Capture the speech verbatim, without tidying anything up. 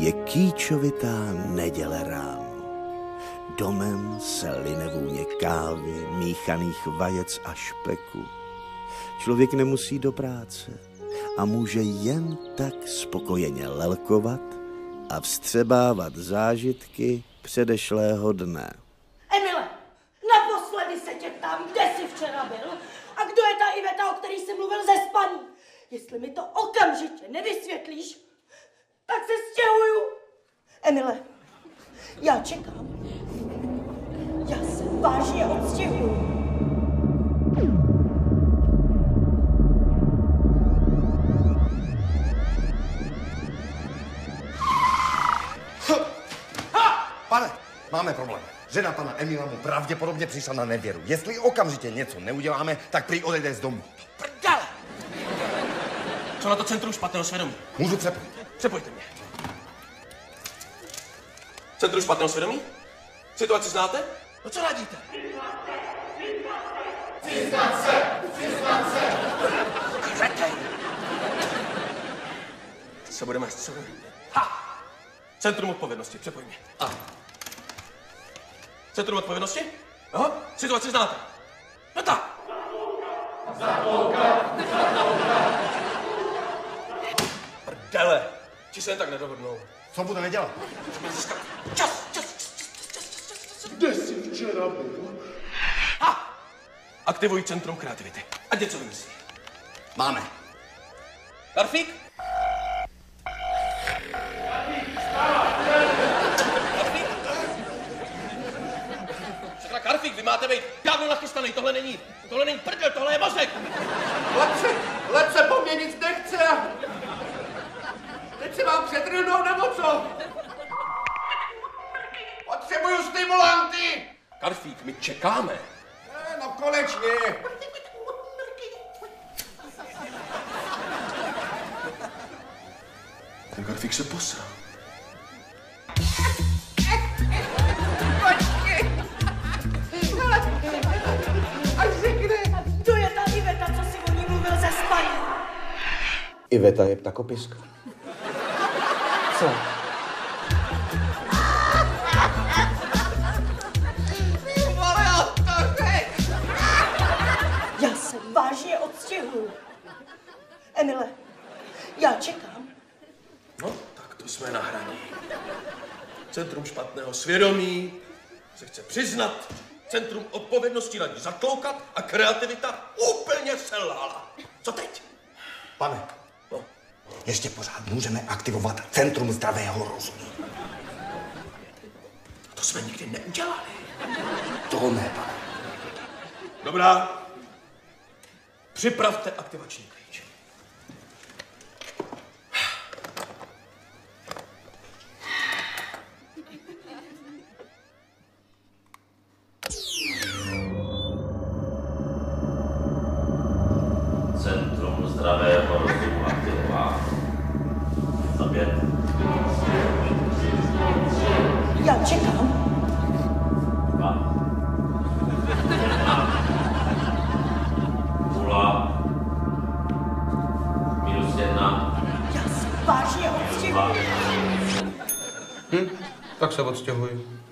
Je kýčovitá neděle ráno. Domem se line vůně kávy, míchaných vajec a špeku. Člověk nemusí do práce a může jen tak spokojeně lelkovat a vstřebávat zážitky předešlého dne. Emile, naposledy se tě ptám, kde jsi včera byl a kdo je ta Iveta, o který jsi mluvil ze spaní. Jestli mi to okamžitě nevysvětlíš, tak se stěhuju. Emile, já čekám. Já se vážně odstěhuju. Pane, máme problém. Žena pana Emila mu pravděpodobně přišla na nevěru. Jestli okamžitě něco neuděláme, tak prý odejde z domu. Prdele! Co na to centrum špatného svědomí? Můžu přepojit. Přepojte mě. Centrum špatného svědomí? Situaci znáte? No co radíte? Přiznat se! Přiznat se! Kretej! Co budeme co? Ha! Centrum odpovědnosti, přepoj mě. A. Centrum odpovědnosti? Aha, situaci znáte. No tak. Zatlouka! Zatlouka! Prdele, ti se jen tak nedohodnou. Co budeme dělat? Čas, čas, čas, čas, čas, čas. Kde jsi včera byl? Ha! Aktivuj centrum kreativity. Ať něco vymyslí. Máme. Karfík? Všechna Karfík, vy máte být dávno nachystaný, tohle není, tohle není prdel, tohle je mozek. Lepce, lepce po mně nic nechce. Teď se mám přetrhnout nebo co? Potřebuju stimulanty. Karfík, my čekáme. Ne, no konečně. Ten Karfík se posral. Až řekne, kdo je ta Iveta, co si o ní mluvil ze spaní. Iveta je ptakopisk. Co? Já se vážně odstěhuju. Emile, já čekám. No, tak to jsme na hraní. Centrum špatného svědomí se chce přiznat, centrum odpovědnosti radí zatloukat a kreativita úplně selhala. Co teď? Pane, No. ještě pořád můžeme aktivovat centrum zdravého rozumu. To jsme nikdy neudělali. To ne, pane. Dobrá. Připravte aktivační klíč. Centrum zdravého rozumu aktivováno. Za pět. Já čekám. Dva. Nula. Minus jedna. Já se vážně odstěhuju. Hm, tak se odstěhuji.